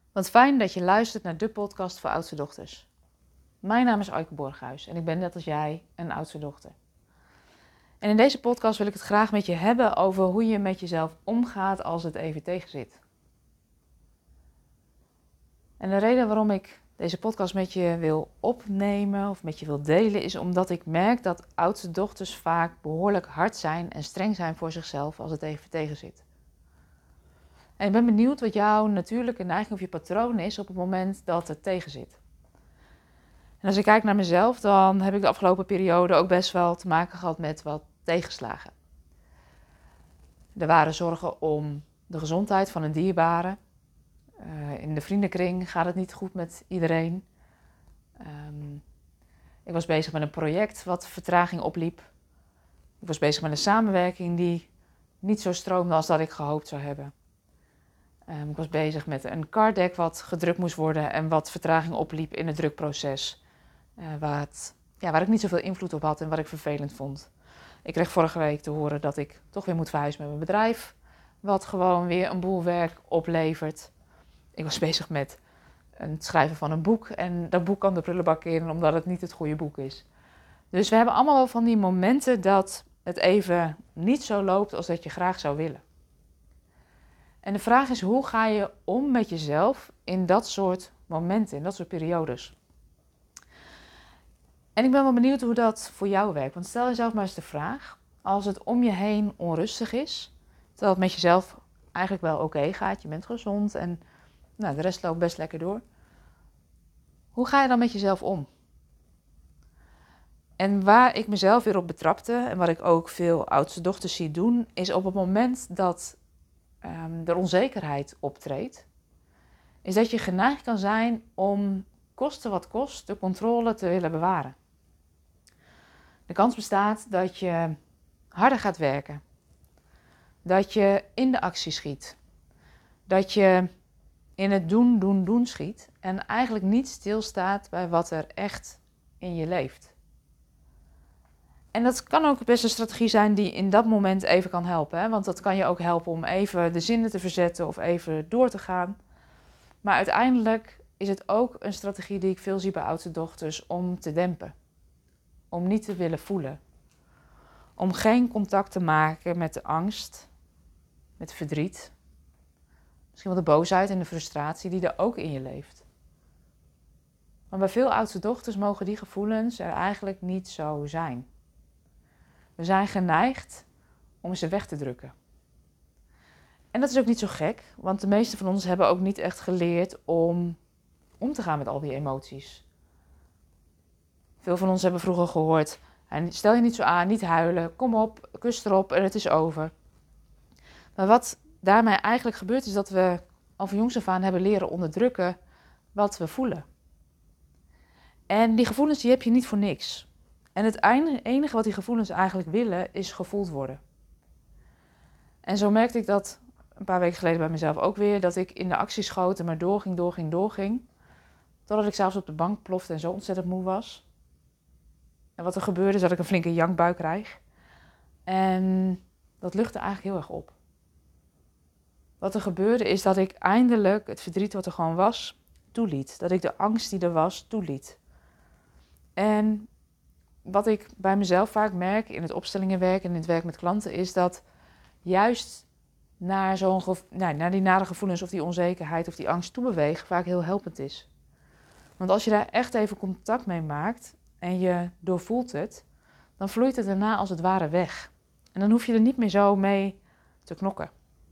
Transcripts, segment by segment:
Wat fijn dat je luistert naar de podcast voor oudste dochters. Mijn naam is Aike Borghuis en ik ben net als jij een oudste dochter. En in deze podcast wil ik het graag met je hebben over hoe je met jezelf omgaat als het even tegenzit. En de reden waarom ik deze podcast met je wil opnemen of met je wil delen is omdat ik merk dat oudste dochters vaak behoorlijk hard zijn en streng zijn voor zichzelf als het even tegenzit. En ik ben benieuwd wat jouw natuurlijke neiging of je patroon is op het moment dat het tegenzit. En als ik kijk naar mezelf, dan heb ik de afgelopen periode ook best wel te maken gehad met wat tegenslagen. Er waren zorgen om de gezondheid van een dierbare. In de vriendenkring gaat het niet goed met iedereen. Ik was bezig met een project wat vertraging opliep. Ik was bezig met een samenwerking die niet zo stroomde als dat ik gehoopt zou hebben. Ik was bezig met een card deck wat gedrukt moest worden en wat vertraging opliep in het drukproces. Waar ik niet zoveel invloed op had en wat ik vervelend vond. Ik kreeg vorige week te horen dat ik toch weer moet verhuizen met mijn bedrijf. Wat gewoon weer een boel werk oplevert. Ik was bezig met het schrijven van een boek. En dat boek kan de prullenbak in omdat het niet het goede boek is. Dus we hebben allemaal wel van die momenten dat het even niet zo loopt als dat je graag zou willen. En de vraag is, hoe ga je om met jezelf in dat soort momenten, in dat soort periodes? En ik ben wel benieuwd hoe dat voor jou werkt. Want stel jezelf maar eens de vraag, als het om je heen onrustig is, terwijl het met jezelf eigenlijk wel oké gaat, je bent gezond en de rest loopt best lekker door. Hoe ga je dan met jezelf om? En waar ik mezelf weer op betrapte en wat ik ook veel oudste dochters zie doen, is op het moment dat er onzekerheid optreedt, is dat je geneigd kan zijn om koste wat kost de controle te willen bewaren. De kans bestaat dat je harder gaat werken. Dat je in de actie schiet. Dat je in het doen schiet. En eigenlijk niet stilstaat bij wat er echt in je leeft. En dat kan ook best een strategie zijn die in dat moment even kan helpen. Hè? Want dat kan je ook helpen om even de zinnen te verzetten of even door te gaan. Maar uiteindelijk is het ook een strategie die ik veel zie bij oudste dochters om te dempen. Om niet te willen voelen. Om geen contact te maken met de angst, met verdriet. Misschien wel de boosheid en de frustratie die er ook in je leeft. Maar bij veel oudste dochters mogen die gevoelens er eigenlijk niet zo zijn. We zijn geneigd om ze weg te drukken. En dat is ook niet zo gek, want de meeste van ons hebben ook niet echt geleerd om te gaan met al die emoties. Veel van ons hebben vroeger gehoord, stel je niet zo aan, niet huilen, kom op, kus erop en het is over. Maar wat daarmee eigenlijk gebeurt is dat we al van jongs af aan hebben leren onderdrukken wat we voelen. En die gevoelens die heb je niet voor niks. En het enige wat die gevoelens eigenlijk willen is gevoeld worden. En zo merkte ik dat een paar weken geleden bij mezelf ook weer, dat ik in de actie schoot en maar doorging. Totdat ik zelfs op de bank plofte en zo ontzettend moe was. En wat er gebeurde is dat ik een flinke jankbui kreeg. En dat luchtte eigenlijk heel erg op. Wat er gebeurde is dat ik eindelijk het verdriet wat er gewoon was, toeliet. Dat ik de angst die er was, toeliet. En wat ik bij mezelf vaak merk in het opstellingenwerk en in het werk met klanten, is dat juist naar die nare gevoelens of die onzekerheid of die angst toebewegen vaak heel helpend is. Want als je daar echt even contact mee maakt en je doorvoelt het, dan vloeit het daarna als het ware weg. En dan hoef je er niet meer zo mee te knokken.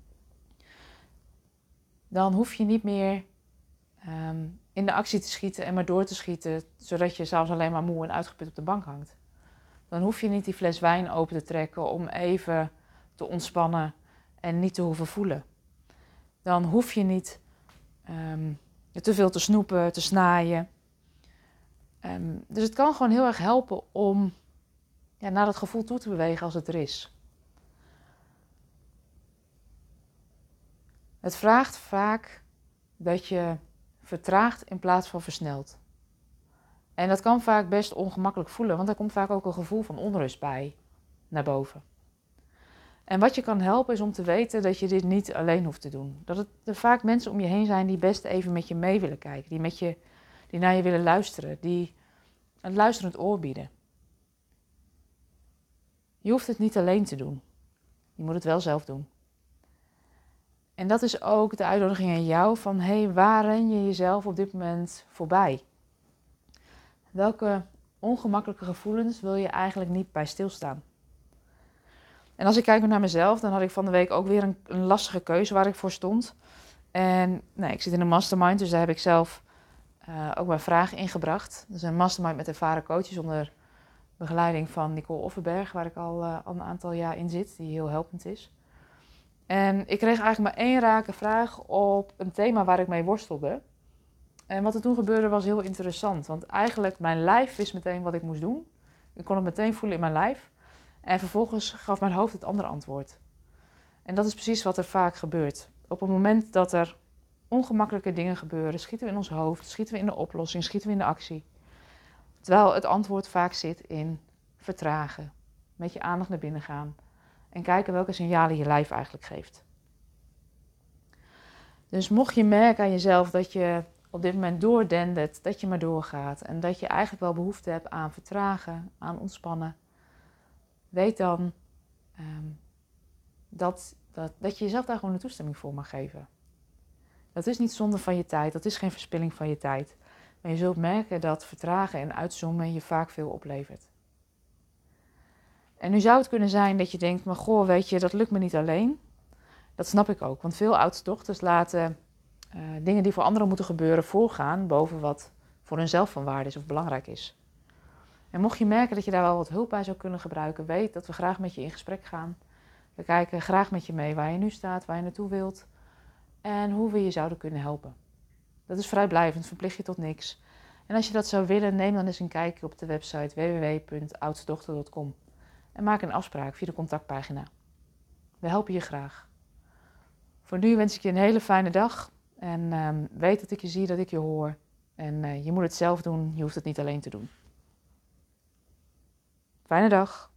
Dan hoef je niet meer in de actie te schieten en maar door te schieten, zodat je zelfs alleen maar moe en uitgeput op de bank hangt. Dan hoef je niet die fles wijn open te trekken om even te ontspannen en niet te hoeven voelen. Dan hoef je niet te veel te snoepen, te snaaien. Dus het kan gewoon heel erg helpen om naar dat gevoel toe te bewegen als het er is. Het vraagt vaak dat je vertraagt in plaats van versnelt. En dat kan vaak best ongemakkelijk voelen, want er komt vaak ook een gevoel van onrust bij naar boven. En wat je kan helpen is om te weten dat je dit niet alleen hoeft te doen. Dat er vaak mensen om je heen zijn die best even met je mee willen kijken. Die naar je willen luisteren. Die een luisterend oor bieden. Je hoeft het niet alleen te doen. Je moet het wel zelf doen. En dat is ook de uitnodiging aan jou van, waar ren je jezelf op dit moment voorbij? Welke ongemakkelijke gevoelens wil je eigenlijk niet bij stilstaan? En als ik kijk naar mezelf, dan had ik van de week ook weer een lastige keuze waar ik voor stond. En ik zit in een mastermind, dus daar heb ik zelf ook mijn vragen ingebracht. Dat is een mastermind met ervaren coaches onder begeleiding van Nicole Offerberg, waar ik al een aantal jaar in zit, die heel helpend is. En ik kreeg eigenlijk maar 1 rake vraag op een thema waar ik mee worstelde. En wat er toen gebeurde was heel interessant, want eigenlijk mijn lijf wist meteen wat ik moest doen. Ik kon het meteen voelen in mijn lijf. En vervolgens gaf mijn hoofd het andere antwoord. En dat is precies wat er vaak gebeurt. Op het moment dat er ongemakkelijke dingen gebeuren, schieten we in ons hoofd, schieten we in de oplossing, schieten we in de actie. Terwijl het antwoord vaak zit in vertragen, met je aandacht naar binnen gaan en kijken welke signalen je lijf eigenlijk geeft. Dus mocht je merken aan jezelf dat je op dit moment doordendert, dat je maar doorgaat en dat je eigenlijk wel behoefte hebt aan vertragen, aan ontspannen, weet dan dat je jezelf daar gewoon een toestemming voor mag geven. Dat is niet zonde van je tijd, dat is geen verspilling van je tijd. Maar je zult merken dat vertragen en uitzoomen je vaak veel oplevert. En nu zou het kunnen zijn dat je denkt, maar goh, weet je, dat lukt me niet alleen. Dat snap ik ook, want veel oudste dochters laten dingen die voor anderen moeten gebeuren voorgaan boven wat voor hunzelf van waarde is of belangrijk is. En mocht je merken dat je daar wel wat hulp bij zou kunnen gebruiken, weet dat we graag met je in gesprek gaan. We kijken graag met je mee waar je nu staat, waar je naartoe wilt en hoe we je zouden kunnen helpen. Dat is vrijblijvend, verplicht je tot niks. En als je dat zou willen, neem dan eens een kijkje op de website www.oudstedochter.com en maak een afspraak via de contactpagina. We helpen je graag. Voor nu wens ik je een hele fijne dag en weet dat ik je zie, dat ik je hoor. En je moet het zelf doen, je hoeft het niet alleen te doen. Fijne dag.